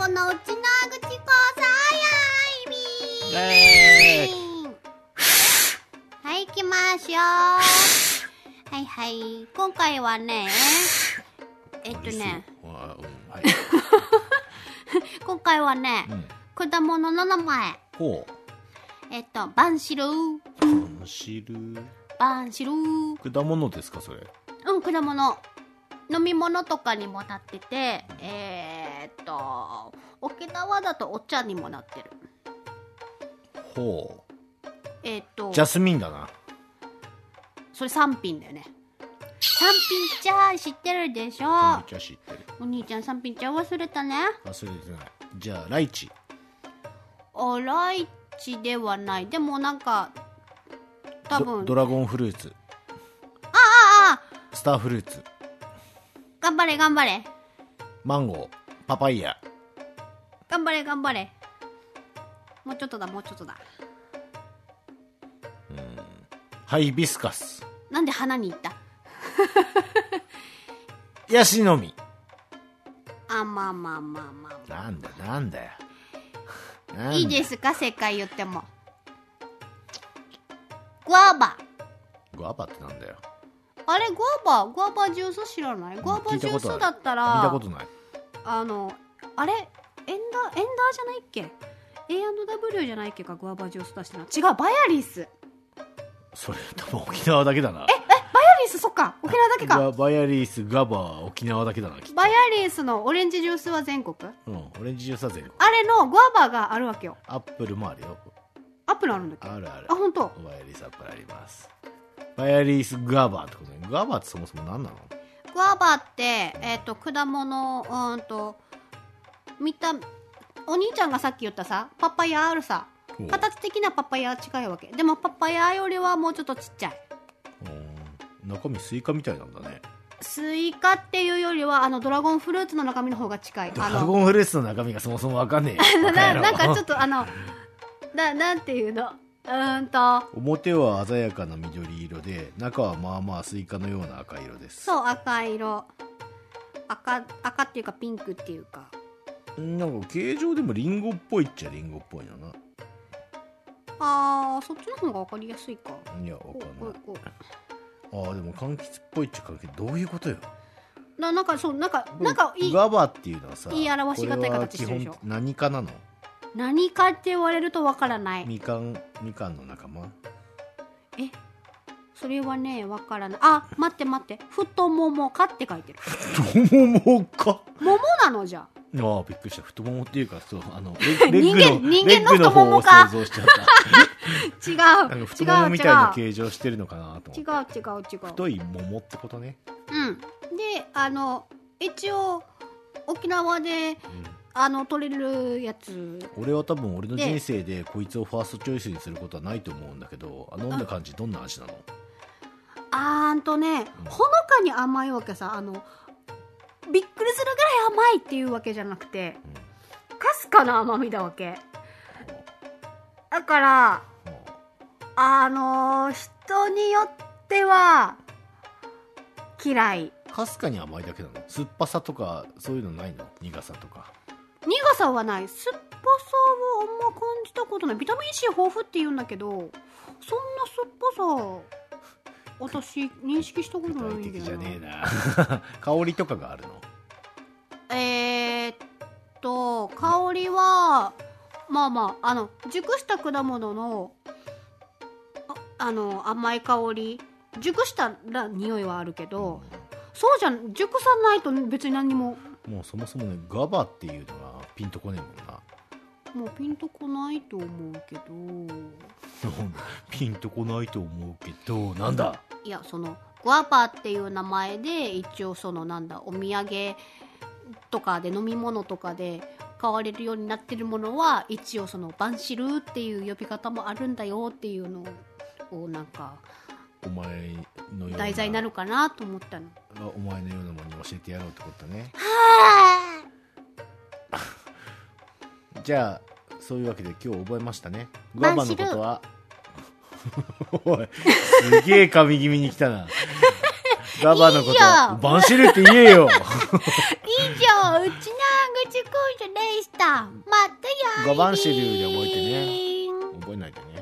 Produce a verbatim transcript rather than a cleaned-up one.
このうちなぐちこさやいみーはい、行きましょう。はいはい、今回はね、えっとね、 はい、 今回はね、うん、果物の名前。 ほう。 えっと、バンシル。 バンシル。 バンシル。 果物ですか、それ。 うん、果物。飲み物とかにもなってて、えー、っと、沖縄だとお茶にもなってる。 ほう。 えー、っと、 ジャスミンだな。 それ三品だよね。三品茶知ってるでしょ。 三品茶知ってる。 お兄ちゃん三品茶忘れたね。 忘れてない。じゃあライチ。 あ、ライチではない。でもなんか多分ド, ドラゴンフルーツ。 あああスターフルーツ。 頑張れ頑張れ。 マンゴー、パパイヤ。 頑張れ頑張れ。もうちょっとだもうちょっとだ。 うん、ハイビスカス。 なんで花に行った？ ヤシの実。 あ、まあまあまあまあ、まあ、 なんだなんだよ。 いいですか、正解言っても。グアバ。 グアバってなんだよ。 あれ、グアバ、グアバジュース知らない？グアバジュースだったら見たことない。 あの、あれエンダー、エンダーじゃないっけ？ エーアンドダブリュー じゃないっけか、グアバジュース出してるの。違う、バヤリス。 それ多分沖縄だけだな。 え、え、バヤリス、そっか、沖縄だけか。 バヤリス、ガバ、沖縄だけだな。 バヤリスのオレンジジュースは全国？ うん、オレンジジュースは全国。 あれのグアバがあるわけよ。 アップルもあるよ。 アップルあるんだっけ？ あるある。 あ、本当。 バヤリスアップルあります。バヤリスグアバってことね。グアバってそもそも何なの？ グアバって、えっと、果物、うんと、見た、お兄ちゃんがさっき言ったさ、パパイヤあるさ。形的なパパイヤは近いわけ。でもパパイヤよりはもうちょっとちっちゃい。 中身スイカみたいなんだね。 スイカっていうよりはあのドラゴンフルーツの中身の方が近い。 ドラゴンフルーツの中身がそもそもわかんねえ。 な, なんかちょっとあのな, なんていうの、うーんと表は鮮やかな緑色で中はまあまあスイカのような赤色です。 そう、赤色。赤赤っていうかピンクっていうか、 なんか形状でもリンゴっぽいっちゃリンゴっぽいのな。 あー、そっちの方が分かりやすいか。 いや、分かんない。あー、でも柑橘っぽいっちゃ柑橘、どういうことよ。 な, なんかそうなんかなんかいいガバっていうのはさ、 言い表しがたい形してるでしょ。 何かなの？ 何かって言われると分からない。 みかん、みかんの仲間？ え、それはね分からない。あ、待って待って、太ももかって書いてる。 太ももか？ 桃なのじゃ。 ああ、びっくりした。太ももっていうか、そう、あのレッグの人間の太ももか。 レッグの方を想像しちゃった。違う。なんか太ももみたいな形状してるのかなと思って。 違う違う違う。 太い桃ってことね。 うん。で、あの一応沖縄で、うん、あの取れるやつ。俺は多分俺の人生でこいつをファーストチョイスにすることはないと思うんだけど、飲んだ感じどんな味なの？ あーんとね、うん、ほのかに甘いわけさ。あのびっくりするぐらい甘いっていうわけじゃなくて、うん、かすかな甘みだわけ。だから、うん、あのー、人によっては嫌い。 かすかに甘いだけなの？酸っぱさとかそういうのないの？苦さとか。 苦さはない。酸っぱさはあんま感じたことない。ビタミン C 豊富って言うんだけど、そんな酸っぱさ私認識したことないんだよな。具体的じゃねえな。香りとかがあるの？ えーっと香りはまあまあ、あの熟した果物の あ, あの甘い香り、熟したら匂いはあるけど、うん、そうじゃん、熟さないと別に何も。 もうそもそもね、ガバっていうのはピンとこねえもんな。 もうピンとこないと思うけど。 ピンとこないと思うけど、なんだ？ いや、そのグアバっていう名前で一応そのなんだ、お土産とかで飲み物とかで買われるようになってるものは一応そのバンシルっていう呼び方もあるんだよっていうのをなんかお前のような題材になるかなと思ったの。 お前のようなものに教えてやろうってことね。 はじゃあそういうわけで今日覚えましたね。グアバのことはおい、すげえ噛み気味に来たな。ガバのことはバンシルって言えよ。 以上、うちなぐちこでした。またやー。 ごばんシリュウで覚えてね。覚えないでね。